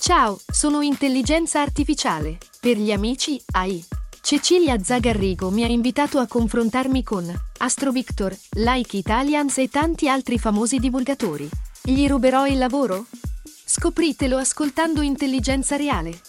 Ciao, sono intelligenza artificiale. Per gli amici, AI. Cecilia Zagarrigo mi ha invitato a confrontarmi con Astro Victor, Like Italians e tanti altri famosi divulgatori. Gli ruberò il lavoro? Scopritelo ascoltando Intelligenza Reale.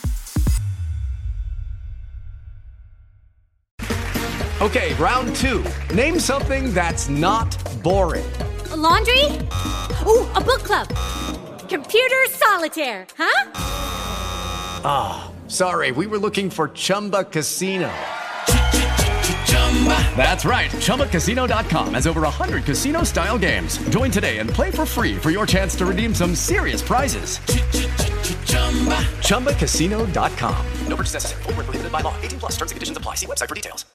Okay, round 2. Name something that's not boring. A laundry? Ooh, a book club. Computer solitaire, huh? Ah, sorry, we were looking for Chumba Casino. That's right, ChumbaCasino.com has over 100 casino-style games. Join today and play for free for your chance to redeem some serious prizes. ChumbaCasino.com. No purchase necessary. Void where prohibited by law. 18 plus. Terms and conditions apply. See website for details.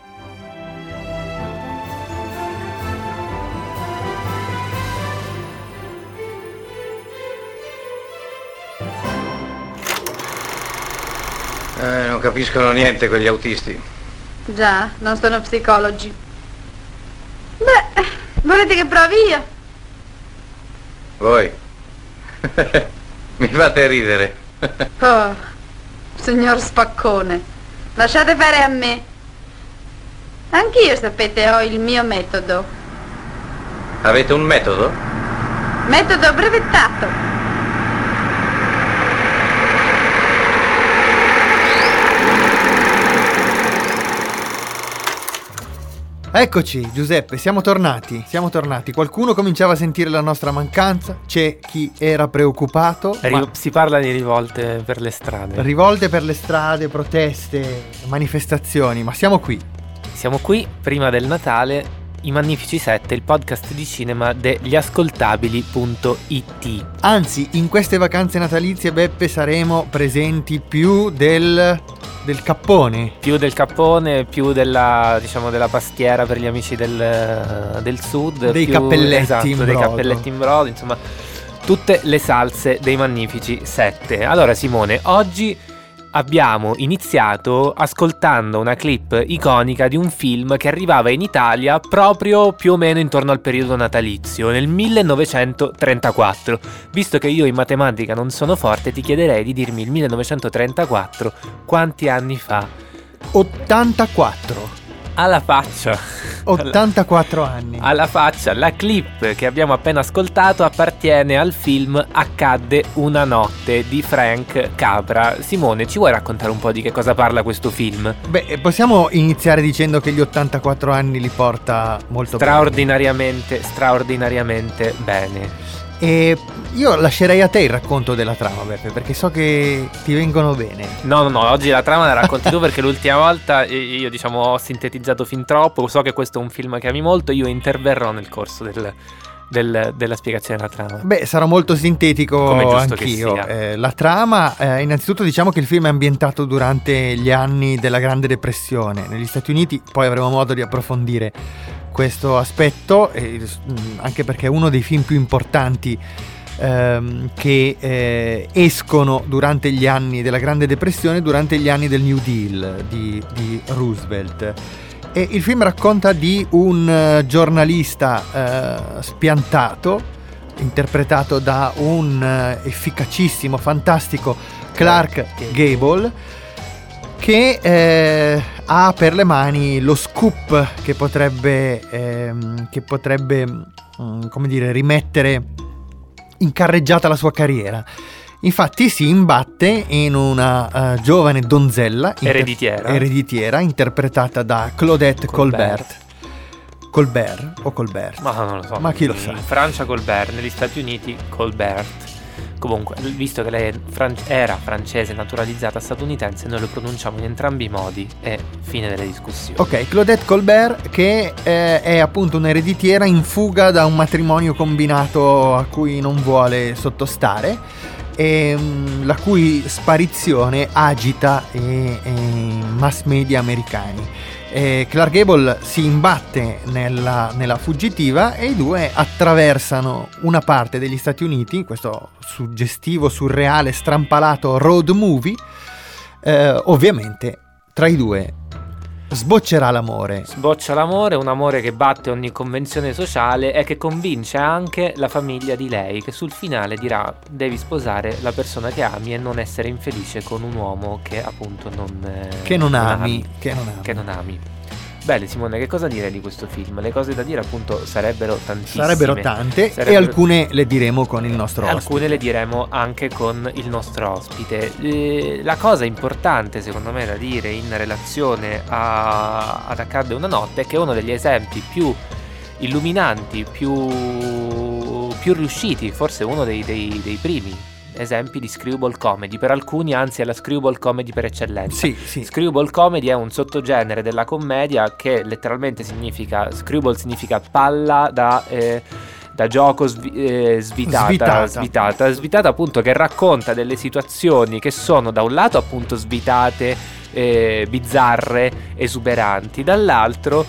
Non capiscono niente quegli autisti. Già, non sono psicologi. Beh, volete che provi io? Voi? Mi fate ridere. Oh, signor Spaccone, lasciate fare a me. Anch'io, sapete, ho il mio metodo. Avete un metodo? Metodo brevettato. Eccoci Giuseppe, siamo tornati. Qualcuno cominciava a sentire la nostra mancanza, c'è chi era preoccupato. Si parla di rivolte per le strade. Rivolte per le strade, proteste, manifestazioni, ma siamo qui. Siamo qui prima del Natale, I Magnifici 7, il podcast di cinema degli ascoltabili.it. Anzi, in queste vacanze natalizie, Beppe, saremo presenti più del cappone. Più del cappone, più della, diciamo, della pastiera per gli amici del sud. Dei cappelletti in brodo. Dei cappelletti in brodo, insomma, tutte le salse dei Magnifici 7. Allora Simone, oggi abbiamo iniziato ascoltando una clip iconica di un film che arrivava in Italia proprio più o meno intorno al periodo natalizio, nel 1934. Visto che io in matematica non sono forte, ti chiederei di dirmi il 1934 quanti anni fa? 84. Alla faccia. 84 anni. Alla faccia. La clip che abbiamo appena ascoltato appartiene al film Accadde una notte di Frank Capra. Simone, ci vuoi raccontare un po' di che cosa parla questo film? Beh, possiamo iniziare dicendo che gli 84 anni li porta molto straordinariamente bene. E io lascerei a te il racconto della trama, Beppe, perché so che ti vengono bene. No, oggi la trama la racconti tu, perché l'ultima volta io, diciamo, ho sintetizzato fin troppo. So che questo è un film che ami molto, io interverrò nel corso della spiegazione della trama. Beh, sarò molto sintetico anch'io. Che sia. La trama, innanzitutto diciamo che il film è ambientato durante gli anni della Grande Depressione negli Stati Uniti, poi avremo modo di approfondire questo aspetto, anche perché è uno dei film più importanti che escono durante gli anni della Grande Depressione, durante gli anni del New Deal di Roosevelt. E il film racconta di un giornalista spiantato, interpretato da un efficacissimo, fantastico Clark Gable, che ha per le mani lo scoop che potrebbe come dire, rimettere in carreggiata la sua carriera. Infatti si imbatte in una giovane donzella ereditiera interpretata da Claudette Colbert. Colbert o Colbert? Ma non lo so. Ma chi lo sa? In Francia Colbert, negli Stati Uniti Colbert. Comunque, visto che lei era francese naturalizzata statunitense, noi lo pronunciamo in entrambi i modi e fine delle discussioni. Ok, Claudette Colbert, che è appunto un'ereditiera in fuga da un matrimonio combinato a cui non vuole sottostare, e la cui sparizione agita i mass media americani. Clark Gable si imbatte nella fuggitiva e i due attraversano una parte degli Stati Uniti, questo suggestivo, surreale, strampalato road movie. Ovviamente tra i due Sboccerà l'amore. Sboccia l'amore, un amore che batte ogni convenzione sociale e che convince anche la famiglia di lei, che sul finale dirà: devi sposare la persona che ami e non essere infelice con un uomo che appunto non ami. Bene, Simone, che cosa dire di questo film? Le cose da dire appunto sarebbero tantissime. Sarebbero tante e alcune le diremo con il nostro ospite. Alcune le diremo anche con il nostro ospite. La cosa importante secondo me da dire in relazione ad Accadde una notte è che uno degli esempi più illuminanti, più riusciti, forse uno dei primi esempi di screwball comedy, per alcuni anzi è la screwball comedy per eccellenza. Sì. Screwball comedy è un sottogenere della commedia che letteralmente significa, screwball significa palla da gioco svitata appunto, che racconta delle situazioni che sono da un lato appunto svitate, bizzarre, esuberanti, dall'altro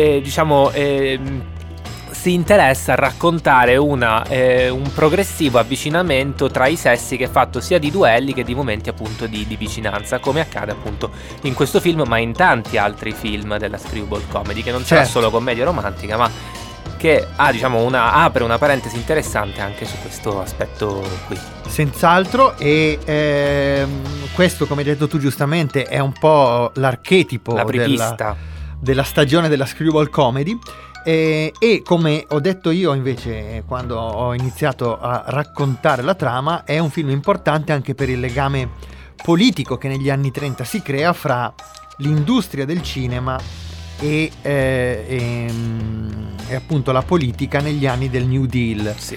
si interessa a raccontare un progressivo avvicinamento tra i sessi, che è fatto sia di duelli che di momenti appunto di vicinanza, come accade appunto in questo film ma in tanti altri film della screwball comedy, che non sarà solo commedia romantica ma che apre una parentesi interessante anche su questo aspetto qui. Senz'altro, e questo, come hai detto tu giustamente, è un po' l'archetipo della stagione della screwball comedy. E come ho detto io invece quando ho iniziato a raccontare la trama, è un film importante anche per il legame politico che negli anni 30 si crea fra l'industria del cinema e appunto la politica negli anni del New Deal. Sì.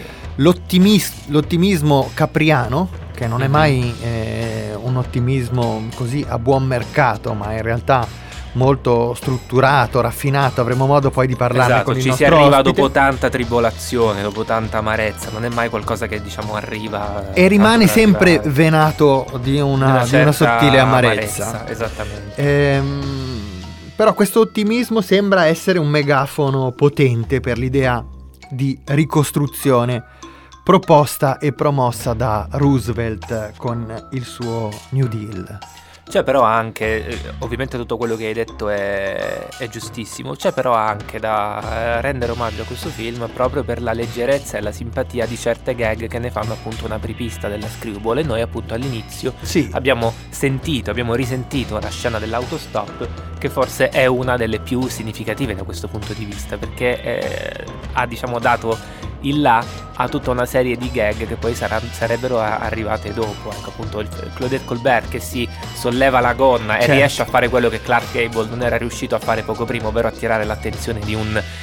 L'ottimismo capriano, che non è mai un ottimismo così a buon mercato, ma in realtà molto strutturato, raffinato, avremo modo poi di parlarne con il nostro ospite. Ci si arriva dopo tanta tribolazione, dopo tanta amarezza, non è mai qualcosa che arriva e rimane sempre venato di una sottile amarezza. Esattamente. Però questo ottimismo sembra essere un megafono potente per l'idea di ricostruzione proposta e promossa da Roosevelt con il suo New Deal. C'è però anche, ovviamente tutto quello che hai detto è giustissimo, c'è però anche da rendere omaggio a questo film proprio per la leggerezza e la simpatia di certe gag che ne fanno appunto una apripista della screwball, e noi appunto all'inizio abbiamo risentito la scena dell'autostop, che forse è una delle più significative da questo punto di vista, perché ha dato il là a tutta una serie di gag che poi sarebbero arrivate dopo. Ecco appunto Claudette Colbert che si solleva la gonna e riesce a fare quello che Clark Gable non era riuscito a fare poco prima, ovvero attirare l'attenzione di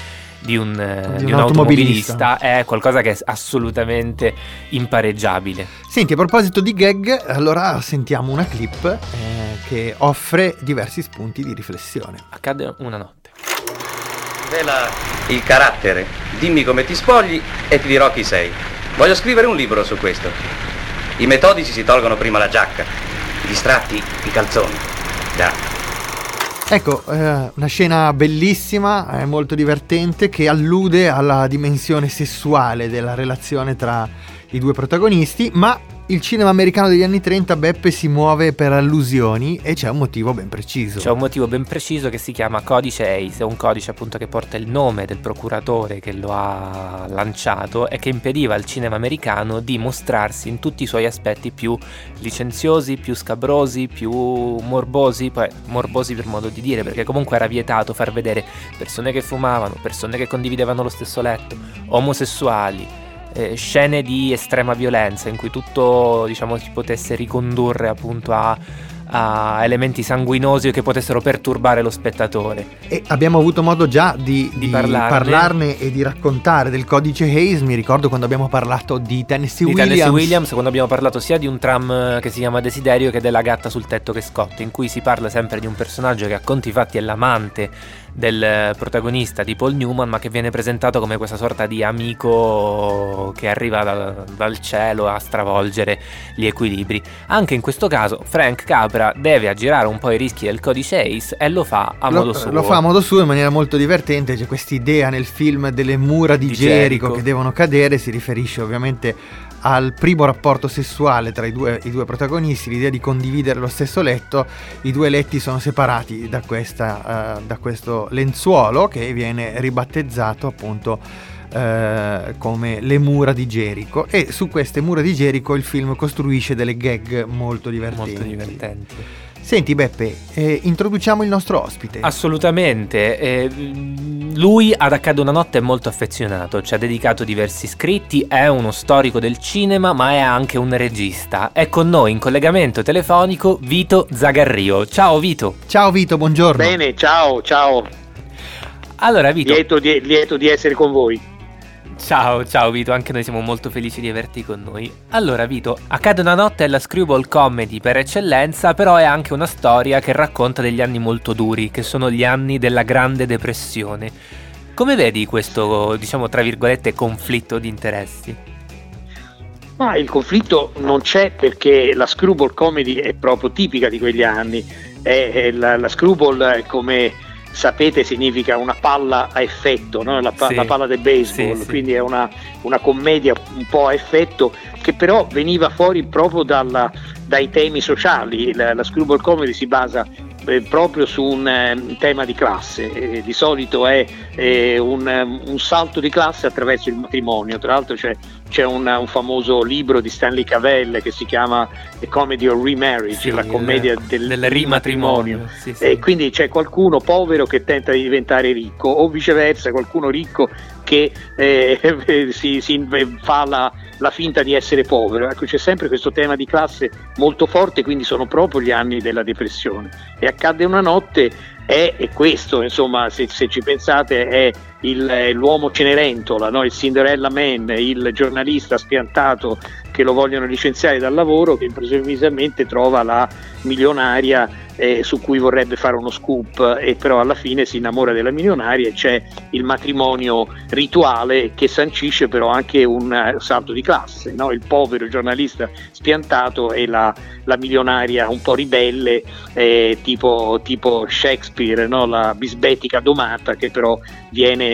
un automobilista, è qualcosa che è assolutamente impareggiabile. Senti, a proposito di gag, allora sentiamo una clip che offre diversi spunti di riflessione. Accadde una notte. Svela il carattere, dimmi come ti spogli e ti dirò chi sei. Voglio scrivere un libro su questo. I metodici si tolgono prima la giacca, i distratti i calzoni. Già. Ecco, una scena bellissima, molto divertente, che allude alla dimensione sessuale della relazione tra i due protagonisti, ma il cinema americano degli anni 30, Beppe, si muove per allusioni e c'è un motivo ben preciso. C'è un motivo ben preciso che si chiama Codice Hayes, è un codice appunto che porta il nome del procuratore che lo ha lanciato e che impediva al cinema americano di mostrarsi in tutti i suoi aspetti più licenziosi, più scabrosi, più morbosi, poi morbosi per modo di dire, perché comunque era vietato far vedere persone che fumavano, persone che condividevano lo stesso letto, omosessuali, scene di estrema violenza in cui tutto si potesse ricondurre appunto a elementi sanguinosi che potessero perturbare lo spettatore. E abbiamo avuto modo già di parlarne e di raccontare del codice Hayes. Mi ricordo quando abbiamo parlato di Tennessee Williams, quando abbiamo parlato sia di un tram che si chiama Desiderio che della gatta sul tetto che scotta, in cui si parla sempre di un personaggio che a conti fatti è l'amante del protagonista di Paul Newman, ma che viene presentato come questa sorta di amico che arriva dal cielo a stravolgere gli equilibri. Anche in questo caso Frank Capra deve aggirare un po' i rischi del codice Hayes e lo fa a modo suo. Lo fa a modo suo in maniera molto divertente. C'è questa idea nel film delle mura di Gerico che devono cadere, si riferisce ovviamente al primo rapporto sessuale tra i due protagonisti, l'idea di condividere lo stesso letto. I due letti sono separati da questo lenzuolo che viene ribattezzato appunto come le mura di Gerico, e su queste mura di Gerico il film costruisce delle gag molto divertenti. Senti Beppe, introduciamo il nostro ospite. Assolutamente, lui ad Accade una notte è molto affezionato, ci ha dedicato diversi scritti, è uno storico del cinema ma è anche un regista. È con noi in collegamento telefonico Vito Zagarrio. Ciao Vito. Ciao Vito, buongiorno. Bene, ciao. Allora Vito, Lieto di essere con voi. Ciao Vito, anche noi siamo molto felici di averti con noi. Allora Vito, Accade una notte è la screwball comedy per eccellenza, però è anche una storia che racconta degli anni molto duri, che sono gli anni della Grande Depressione. Come vedi questo, diciamo tra virgolette, conflitto di interessi? Ma il conflitto non c'è, perché la screwball comedy è proprio tipica di quegli anni. La screwball, come sapete, significa una palla a effetto, no? La palla del baseball, sì. Quindi è una commedia un po' a effetto, che però veniva fuori proprio dai temi sociali. La screwball comedy si basa proprio su un tema di classe, di solito è un salto di classe attraverso il matrimonio. Tra l'altro c'è un famoso libro di Stanley Cavell che si chiama The Comedy of Remarriage, sì, la commedia del rimatrimonio. Sì. E quindi c'è qualcuno povero che tenta di diventare ricco, o viceversa qualcuno ricco che si fa la finta di essere povero. Ecco, c'è sempre questo tema di classe molto forte, quindi sono proprio gli anni della depressione. E Accade una notte è questo, insomma, se ci pensate, è l'uomo Cenerentola, no? Il Cinderella Man, il giornalista spiantato che lo vogliono licenziare dal lavoro, che improvvisamente trova la milionaria su cui vorrebbe fare uno scoop, e però alla fine si innamora della milionaria, e c'è il matrimonio rituale che sancisce però anche un salto di classe, no? Il povero giornalista spiantato e la milionaria un po' ribelle, tipo Shakespeare, no? La bisbetica domata, che però viene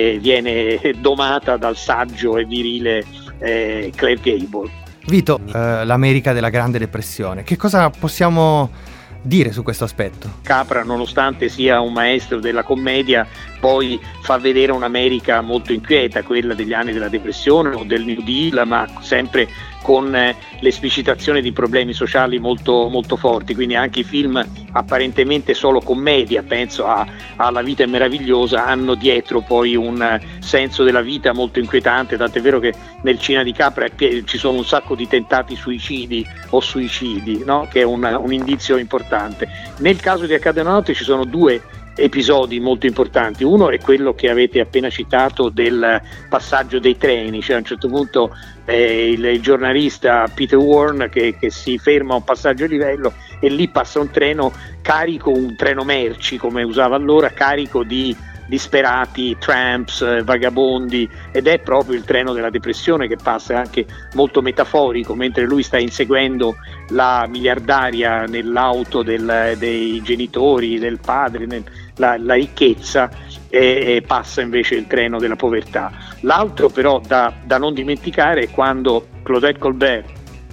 domata dal saggio e virile Clark Gable. Vito, l'America della Grande Depressione, che cosa possiamo dire su questo aspetto? Capra, nonostante sia un maestro della commedia, poi fa vedere un'America molto inquieta, quella degli anni della depressione o del New Deal, ma sempre con l'esplicitazione di problemi sociali molto, molto forti. Quindi anche i film apparentemente solo commedia, penso a La vita è meravigliosa, hanno dietro poi un senso della vita molto inquietante, tant'è vero che nel cinema di Capra ci sono un sacco di tentati suicidi o suicidi, no? Che è un indizio importante. Nel caso di Accade una notte ci sono due episodi molto importanti. Uno è quello che avete appena citato del passaggio dei treni, cioè a un certo punto il giornalista Peter Warren che si ferma a un passaggio a livello, e lì passa un treno carico, un treno merci come usava allora, carico di disperati, tramps, vagabondi, ed è proprio il treno della depressione, che passa, anche molto metaforico, mentre lui sta inseguendo la miliardaria nell'auto dei genitori, del padre, la ricchezza, e passa invece il treno della povertà. L'altro però da non dimenticare è quando Claudette Colbert,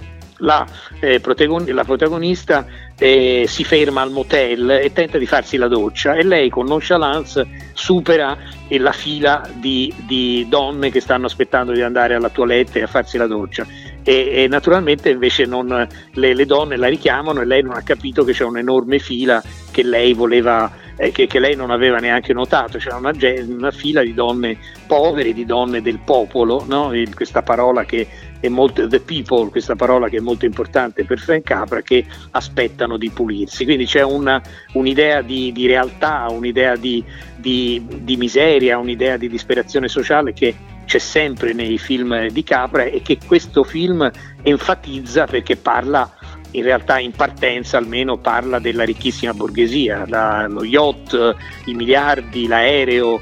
la protagonista, si ferma al motel e tenta di farsi la doccia, e lei con nonchalance supera la fila di donne che stanno aspettando di andare alla toilette e a farsi la doccia, e naturalmente invece le donne la richiamano, e lei non ha capito che c'è un'enorme fila che lei voleva, che lei non aveva neanche notato. C'era una fila di donne povere, di donne del popolo, no? Questa parola che è molto, the people, questa parola che è molto importante per Frank Capra, che aspettano di pulirsi. Quindi c'è un'idea di realtà, un'idea di miseria, un'idea di disperazione sociale che c'è sempre nei film di Capra, e che questo film enfatizza, perché parla, in realtà in partenza almeno, parla della ricchissima borghesia, lo yacht, i miliardi, l'aereo,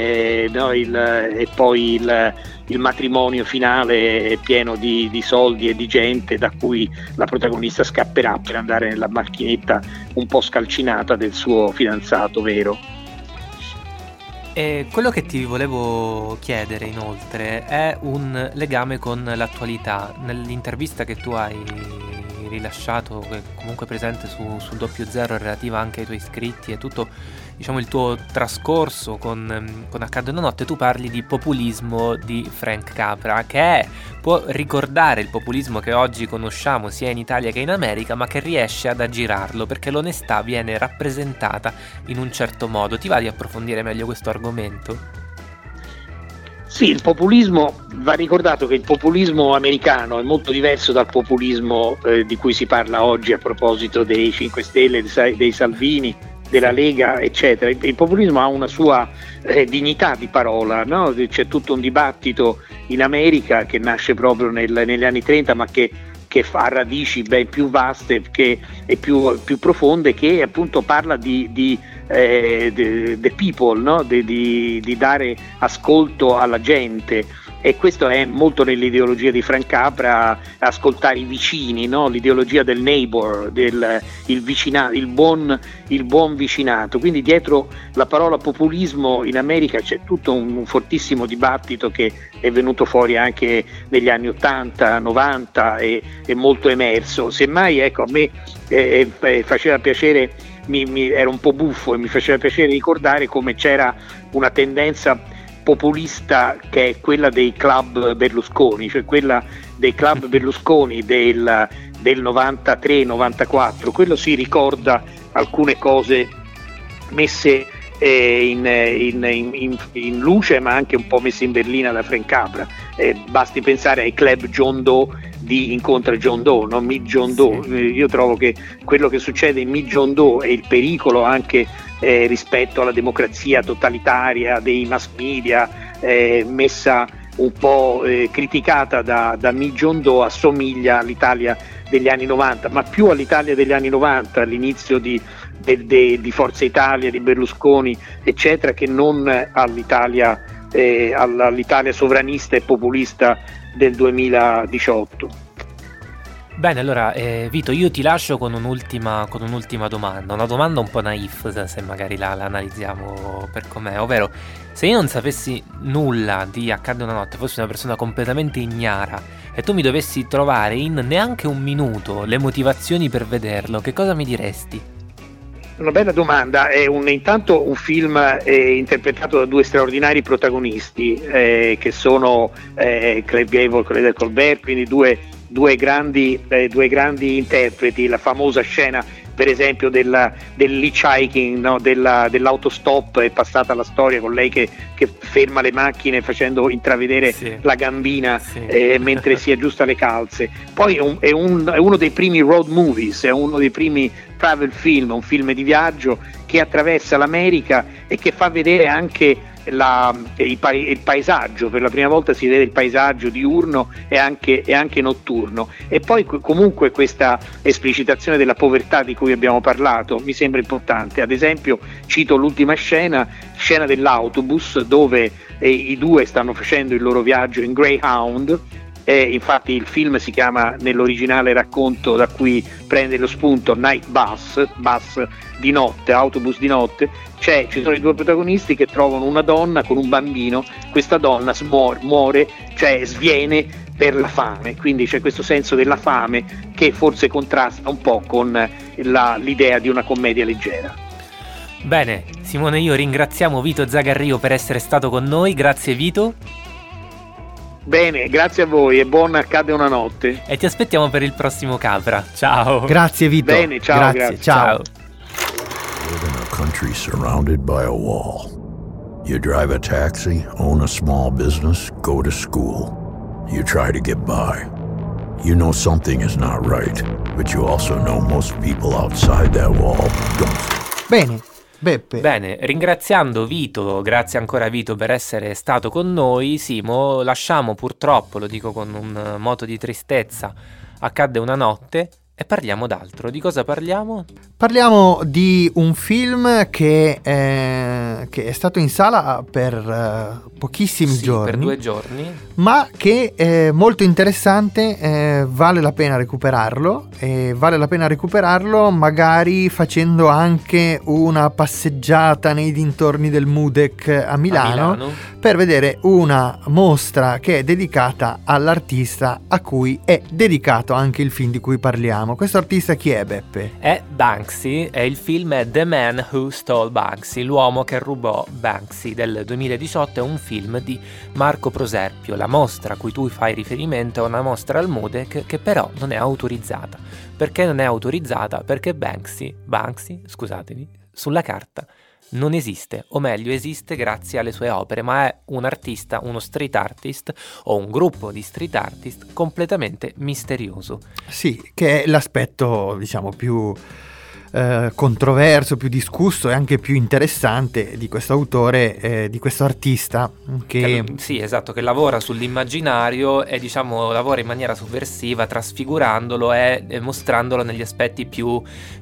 e poi il matrimonio finale è pieno di soldi e di gente, da cui la protagonista scapperà per andare nella macchinetta un po' scalcinata del suo fidanzato vero. E quello che ti volevo chiedere inoltre è un legame con l'attualità. Nell'intervista che tu hai rilasciato, che è comunque presente su Doppio Zero, relativa anche ai tuoi iscritti e tutto, diciamo, il tuo trascorso con Accadde una notte, tu parli di populismo di Frank Capra, che può ricordare il populismo che oggi conosciamo sia in Italia che in America, ma che riesce ad aggirarlo perché l'onestà viene rappresentata in un certo modo. Ti va di approfondire meglio questo argomento? Sì, il populismo, va ricordato che il populismo americano è molto diverso dal populismo di cui si parla oggi a proposito dei 5 Stelle, dei Salvini, della Lega, eccetera. Il populismo ha una sua dignità di parola, no? C'è tutto un dibattito in America che nasce proprio negli anni 30, ma che ha radici ben più vaste e più profonde, che appunto parla di the people, no? di dare ascolto alla gente, e questo è molto nell'ideologia di Frank Capra, ascoltare i vicini, no? L'ideologia del neighbor, il vicinato, il buon vicinato. Quindi dietro la parola populismo in America c'è tutto un fortissimo dibattito che è venuto fuori anche negli anni 80, 90 e molto emerso. Semmai, ecco, a me faceva piacere, era un po' buffo e mi faceva piacere ricordare come c'era una tendenza populista che è quella dei club Berlusconi, cioè quella dei club Berlusconi del 93-94. Quello si ricorda alcune cose messe in luce, ma anche un po' messe in berlina da Frank Capra. Basti pensare ai club John Doe di Incontra John Doe, no? Meet John Doe. Io trovo che quello che succede in Meet John Doe e il pericolo anche rispetto alla democrazia totalitaria dei mass media, messa un po' criticata da Meet John Doe, assomiglia all'Italia degli anni 90, ma più all'Italia degli anni 90, all'inizio di Forza Italia, di Berlusconi, eccetera, che non all'Italia sovranista e populista del 2018. Bene, allora Vito, io ti lascio con un'ultima domanda, una domanda un po' naif, se magari la analizziamo per com'è, ovvero: se io non sapessi nulla di Accadde una notte, fossi una persona completamente ignara e tu mi dovessi trovare in neanche un minuto le motivazioni per vederlo, che cosa mi diresti? Una bella domanda. È intanto un film interpretato da due straordinari protagonisti, che sono Clark Gable e Claudette Colbert, quindi due grandi interpreti. La famosa scena, per esempio, dell'hitchhiking, no? Dell'autostop, è passata la storia con lei che ferma le macchine facendo intravedere la gambina mentre si aggiusta le calze. Poi è uno dei primi road movies, è uno dei primi travel film, un film di viaggio che attraversa l'America e che fa vedere anche il paesaggio. Per la prima volta si vede il paesaggio diurno e anche notturno. E poi comunque questa esplicitazione della povertà di cui abbiamo parlato mi sembra importante. Ad esempio cito l'ultima scena dell'autobus, dove i due stanno facendo il loro viaggio in Greyhound. Infatti il film si chiama, nell'originale racconto da cui prende lo spunto, Night Bus di notte, autobus di notte. Ci sono i due protagonisti che trovano una donna con un bambino, questa donna muore, cioè sviene per la fame, quindi c'è questo senso della fame che forse contrasta un po' con l'idea di una commedia leggera. Bene, Simone, io ringraziamo Vito Zagarrio per essere stato con noi. Grazie Vito. Bene, grazie a voi e buon Accadde una notte. E ti aspettiamo per il prossimo Capra. Ciao. Grazie Vito. Bene, ciao, grazie. Ciao. Live in a country surrounded by a wall. You drive a taxi, own a small business, go to school. You try to get by. You know something is not right, but you also know most people outside that wall don't. Bene. Beppe. Bene, ringraziando Vito, grazie ancora Vito per essere stato con noi. Simo, lasciamo purtroppo, lo dico con un moto di tristezza, Accadde una notte, e parliamo d'altro. Di cosa parliamo? Parliamo di un film che è stato in sala per pochissimi giorni. Per 2 giorni. Ma che è molto interessante, vale la pena recuperarlo. E vale la pena recuperarlo magari facendo anche una passeggiata nei dintorni del Mudec a Milano, per vedere una mostra che è dedicata all'artista a cui è dedicato anche il film di cui parliamo. Questo artista chi è, Beppe? È Banksy, e il film è The Man Who Stole Banksy, l'uomo che rubò Banksy, del 2018. È un film di Marco Proserpio. La mostra a cui tu fai riferimento è una mostra al Mudec che però non è autorizzata. Perché non è autorizzata? Perché Banksy, scusatemi, sulla carta non esiste, o meglio esiste grazie alle sue opere, ma è un artista, uno street artist o un gruppo di street artist completamente misterioso. Sì, che è l'aspetto, diciamo, più controverso, più discusso e anche più interessante di questo autore, di questo artista sì, esatto, che lavora sull'immaginario e, diciamo, lavora in maniera sovversiva, trasfigurandolo e mostrandolo negli aspetti più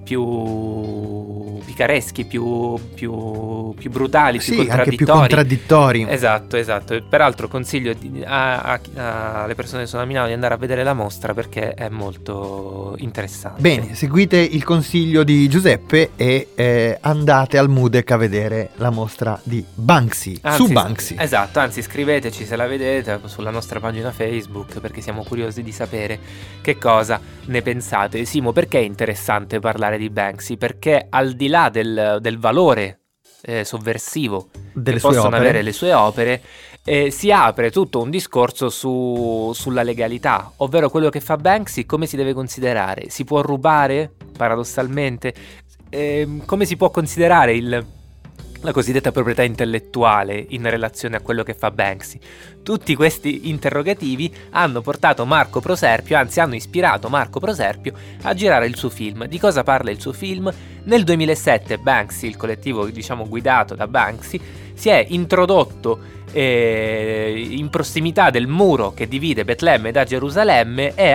picareschi, più brutali, più contraddittori. Anche più contraddittori. Esatto. Peraltro consiglio alle persone che sono a Milano di andare a vedere la mostra, perché è molto interessante. Bene, seguite il consiglio di Giuseppe e andate al Mudec a vedere la mostra di Banksy, su Banksy. Esatto, anzi scriveteci se la vedete sulla nostra pagina Facebook, perché siamo curiosi di sapere che cosa ne pensate. Simo, perché è interessante parlare di Banksy? Perché al di là del valore sovversivo delle che sue possono opere, avere le sue opere, si apre tutto un discorso sulla legalità, ovvero quello che fa Banksy come si deve considerare. Si può rubare, paradossalmente? Come si può considerare la cosiddetta proprietà intellettuale in relazione a quello che fa Banksy? Tutti questi interrogativi hanno portato Marco Proserpio, anzi hanno ispirato Marco Proserpio a girare il suo film. Di cosa parla il suo film? Nel 2007 Banksy, il collettivo, diciamo, guidato da Banksy, si è introdotto in prossimità del muro che divide Betlemme da Gerusalemme e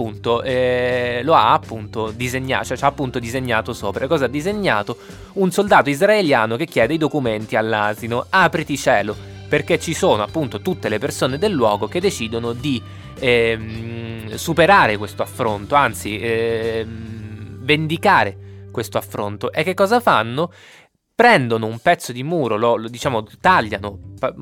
lo ha appunto disegnato, cioè ci ha appunto disegnato sopra. Cosa ha disegnato? Un soldato israeliano che chiede i documenti all'asino. Apriti cielo, perché ci sono appunto tutte le persone del luogo che decidono di superare questo affronto, anzi vendicare questo affronto. E che cosa fanno? Prendono un pezzo di muro, diciamo tagliano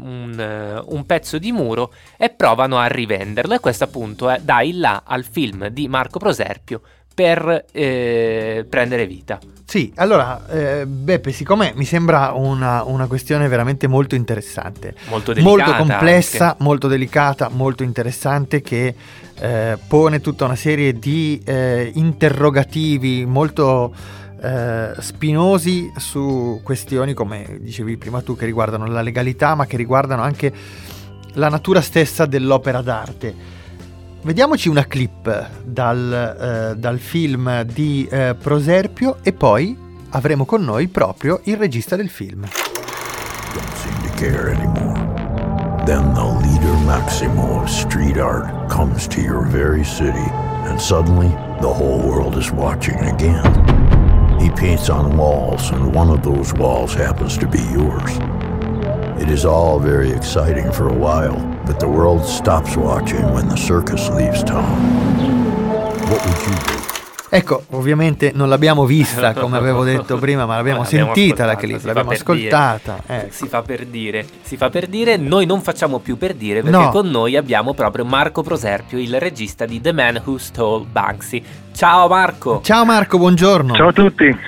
un pezzo di muro e provano a rivenderlo, e questo appunto dà il là al film di Marco Proserpio per prendere vita. Sì, allora Beppe, siccome mi sembra una questione veramente molto interessante, molto delicata, molto complessa, anche molto delicata, molto interessante, che pone tutta una serie di interrogativi molto spinosi su questioni, come dicevi prima tu, che riguardano la legalità, ma che riguardano anche la natura stessa dell'opera d'arte. Vediamoci una clip dal film di Proserpio e poi avremo con noi proprio il regista del film. Don't seem to care anymore. Then the leader Maximo of street art comes to your very city, and suddenly the whole world is watching again. He paints on walls, and one of those walls happens to be yours. It is all very exciting for a while, but the world stops watching when the circus leaves town. What would you do? Ecco, ovviamente non l'abbiamo vista, come avevo detto prima, ma l'abbiamo sentita la clip, l'abbiamo ascoltata. Ecco. Si fa per dire, noi non facciamo più per dire, perché con noi abbiamo proprio Marco Proserpio, il regista di The Man Who Stole Banksy. Ciao Marco! Ciao Marco, buongiorno! Ciao a tutti!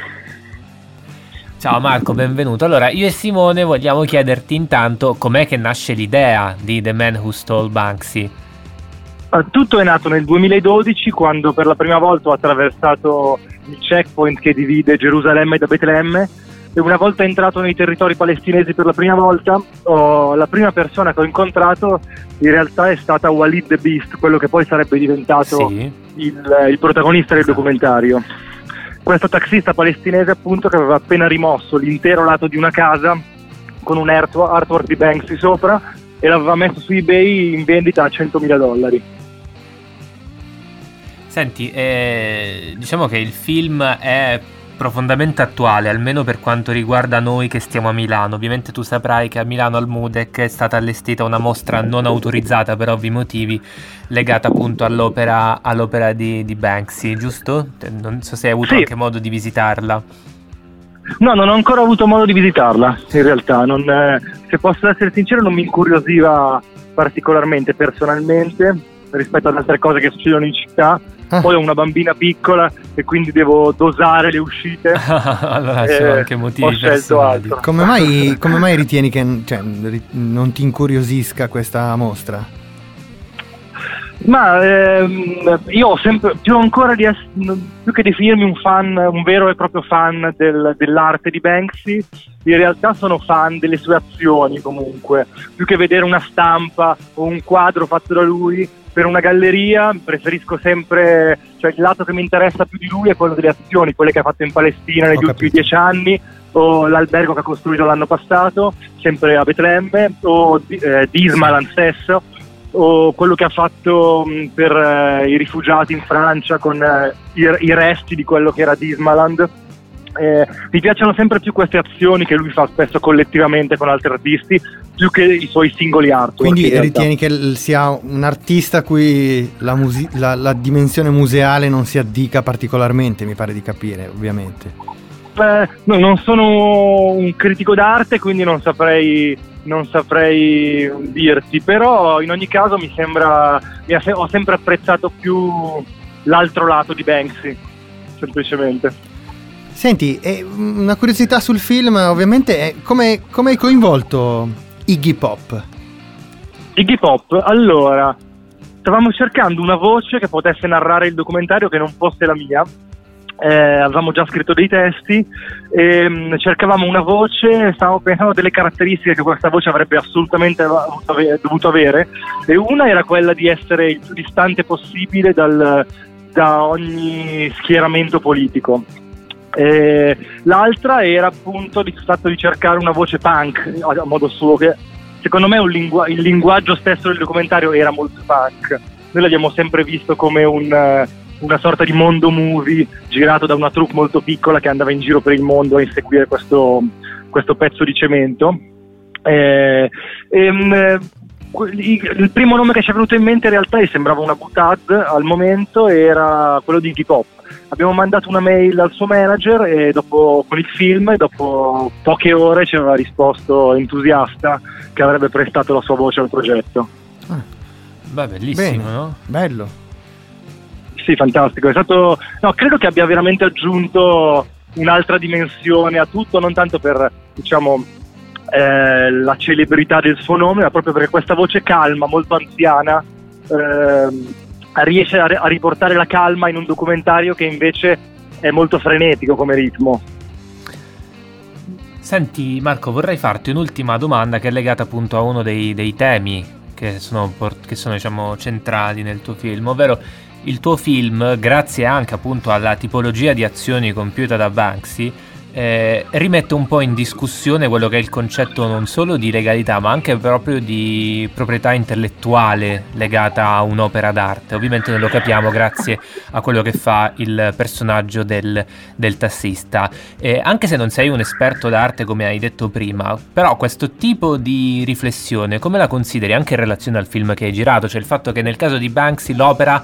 Ciao Marco, benvenuto. Allora, io e Simone vogliamo chiederti intanto com'è che nasce l'idea di The Man Who Stole Banksy. Tutto è nato nel 2012, quando per la prima volta ho attraversato il checkpoint che divide Gerusalemme da Betlemme, e una volta entrato nei territori palestinesi per la prima volta, la prima persona che ho incontrato in realtà è stata Walid the Beast, quello che poi sarebbe diventato il protagonista del documentario. Questo taxista palestinese, appunto, che aveva appena rimosso l'intero lato di una casa con un artwork di Banksy sopra e l'aveva messo su eBay in vendita a $100.000. Senti, diciamo che il film è profondamente attuale, almeno per quanto riguarda noi che stiamo a Milano. Ovviamente tu saprai che a Milano al MUDEC è stata allestita una mostra non autorizzata per ovvi motivi, legata appunto all'opera di Banksy, giusto? Non so se hai avuto anche modo di visitarla. No, non ho ancora avuto modo di visitarla, in realtà. Se posso essere sincero, non mi incuriosiva particolarmente personalmente rispetto ad altre cose che succedono in città. Poi ho una bambina piccola e quindi devo dosare le uscite. Allora sono anche motivi ho scelto altro. Come mai ritieni che non ti incuriosisca questa mostra? Ma io ho sempre, più che definirmi un vero e proprio fan dell'arte di Banksy, in realtà sono fan delle sue azioni comunque. Più che vedere una stampa o un quadro fatto da lui per una galleria, preferisco sempre, cioè il lato che mi interessa più di lui è quello delle azioni, quelle che ha fatto in Palestina negli ultimi 10 anni, o l'albergo che ha costruito l'anno passato, sempre a Betlemme, o Dismaland stesso, o quello che ha fatto per i rifugiati in Francia con i resti di quello che era Dismaland. Mi piacciono sempre più queste azioni che lui fa spesso collettivamente con altri artisti, più che i suoi singoli artwork. Quindi ritieni che sia un artista a cui la dimensione museale non si addica particolarmente, mi pare di capire, ovviamente. No, non sono un critico d'arte, quindi non saprei dirti, però in ogni caso ho sempre apprezzato più l'altro lato di Banksy, semplicemente. Senti, una curiosità sul film, ovviamente, è come hai coinvolto Iggy Pop? Iggy Pop, allora, stavamo cercando una voce che potesse narrare il documentario che non fosse la mia. Avevamo già scritto dei testi e cercavamo una voce, stavamo pensando delle caratteristiche che questa voce avrebbe assolutamente dovuto avere, e una era quella di essere il più distante possibile da ogni schieramento politico. L'altra era appunto il fatto di cercare una voce punk a modo suo, che secondo me il linguaggio stesso del documentario era molto punk. Noi l'abbiamo sempre visto come una sorta di mondo movie girato da una troupe molto piccola che andava in giro per il mondo a inseguire questo pezzo di cemento. Il primo nome che ci è venuto in mente in realtà, e sembrava una boutade al momento, era quello di Iggy Pop. Abbiamo mandato una mail al suo manager e con il film, e dopo poche ore ci aveva risposto entusiasta che avrebbe prestato la sua voce al progetto. Beh, bellissimo. Bene, no? Bello. Sì, fantastico. Credo che abbia veramente aggiunto un'altra dimensione a tutto, non tanto per, la celebrità del suo nome, ma proprio perché questa voce calma, molto anziana, riesce a riportare la calma in un documentario che invece è molto frenetico come ritmo. Senti Marco, vorrei farti un'ultima domanda che è legata appunto a uno dei temi che sono diciamo centrali nel tuo film, ovvero il tuo film, grazie anche appunto alla tipologia di azioni compiute da Banksy, rimette un po' in discussione quello che è il concetto non solo di legalità ma anche proprio di proprietà intellettuale legata a un'opera d'arte. Ovviamente noi lo capiamo grazie a quello che fa il personaggio del tassista, anche se non sei un esperto d'arte come hai detto prima, però questo tipo di riflessione come la consideri anche in relazione al film che hai girato, cioè il fatto che nel caso di Banksy l'opera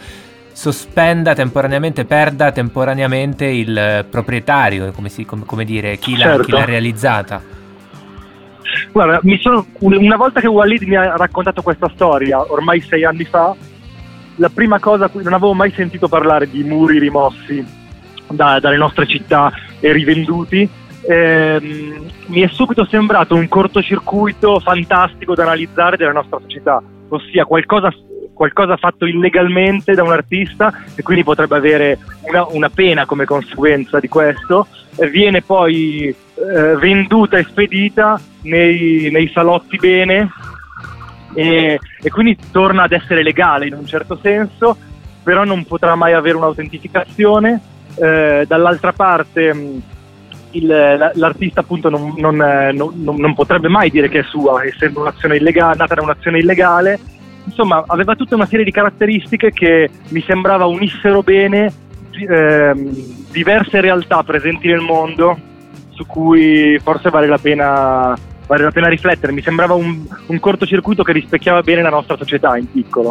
perda temporaneamente il proprietario, come dire, chi l'ha realizzata. Guarda, una volta che Walid mi ha raccontato questa storia, ormai 6 anni fa, la prima cosa, non avevo mai sentito parlare di muri rimossi dalle nostre città e rivenduti. Mi è subito sembrato un cortocircuito fantastico da analizzare della nostra società, ossia qualcosa fatto illegalmente da un artista e quindi potrebbe avere una pena come conseguenza di questo, viene poi venduta e spedita nei salotti bene e quindi torna ad essere legale in un certo senso, però non potrà mai avere un'autentificazione. Dall'altra parte l'artista appunto non potrebbe mai dire che è sua, essendo un'azione illegale, nata da un'azione illegale. insomma aveva tutta una serie di caratteristiche che mi sembrava unissero bene diverse realtà presenti nel mondo su cui forse vale la pena riflettere. Mi sembrava un cortocircuito che rispecchiava bene la nostra società in piccolo.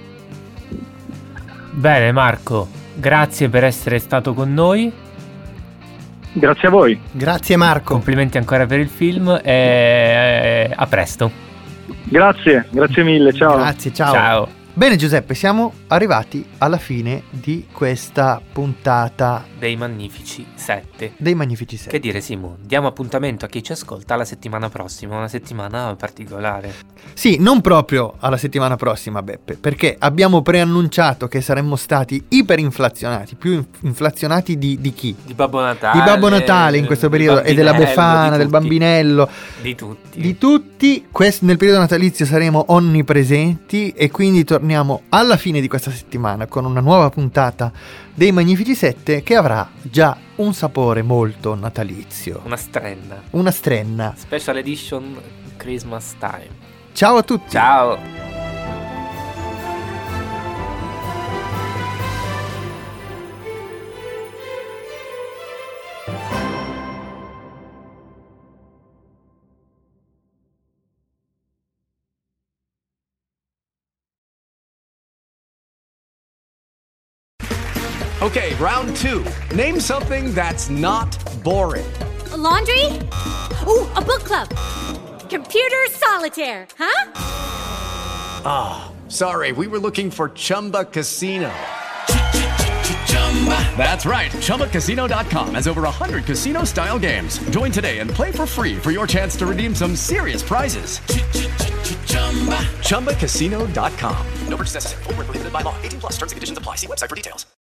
Bene Marco, grazie per essere stato con noi. Grazie a voi. Grazie Marco. Complimenti ancora per il film e a presto. Grazie mille, ciao. Grazie, ciao. Ciao. Bene Giuseppe, siamo arrivati alla fine di questa puntata dei Magnifici 7. dei Magnifici 7. Che dire Simo, diamo appuntamento a chi ci ascolta la settimana prossima, una settimana particolare. Sì, non proprio alla settimana prossima Beppe, perché abbiamo preannunciato che saremmo stati iperinflazionati, più inflazionati di chi? Di Babbo Natale. Di Babbo Natale in questo periodo e della Befana, del bambinello. Di tutti. Di tutti. Nel periodo natalizio saremo onnipresenti e quindi torniamo alla fine di questa settimana con una nuova puntata dei Magnifici 7 che avrà già un sapore molto natalizio. Una strenna. Una strenna. Special edition Christmas time. Ciao a tutti. Ciao. Okay, round 2. Name something that's not boring. A laundry? Ooh, a book club. Computer solitaire, huh? Ah, sorry, we were looking for Chumba Casino. That's right, ChumbaCasino.com has over 100 casino-style games. Join today and play for free for your chance to redeem some serious prizes. ChumbaCasino.com. No purchase necessary. Void where prohibited by law. 18+ terms and conditions apply. See website for details.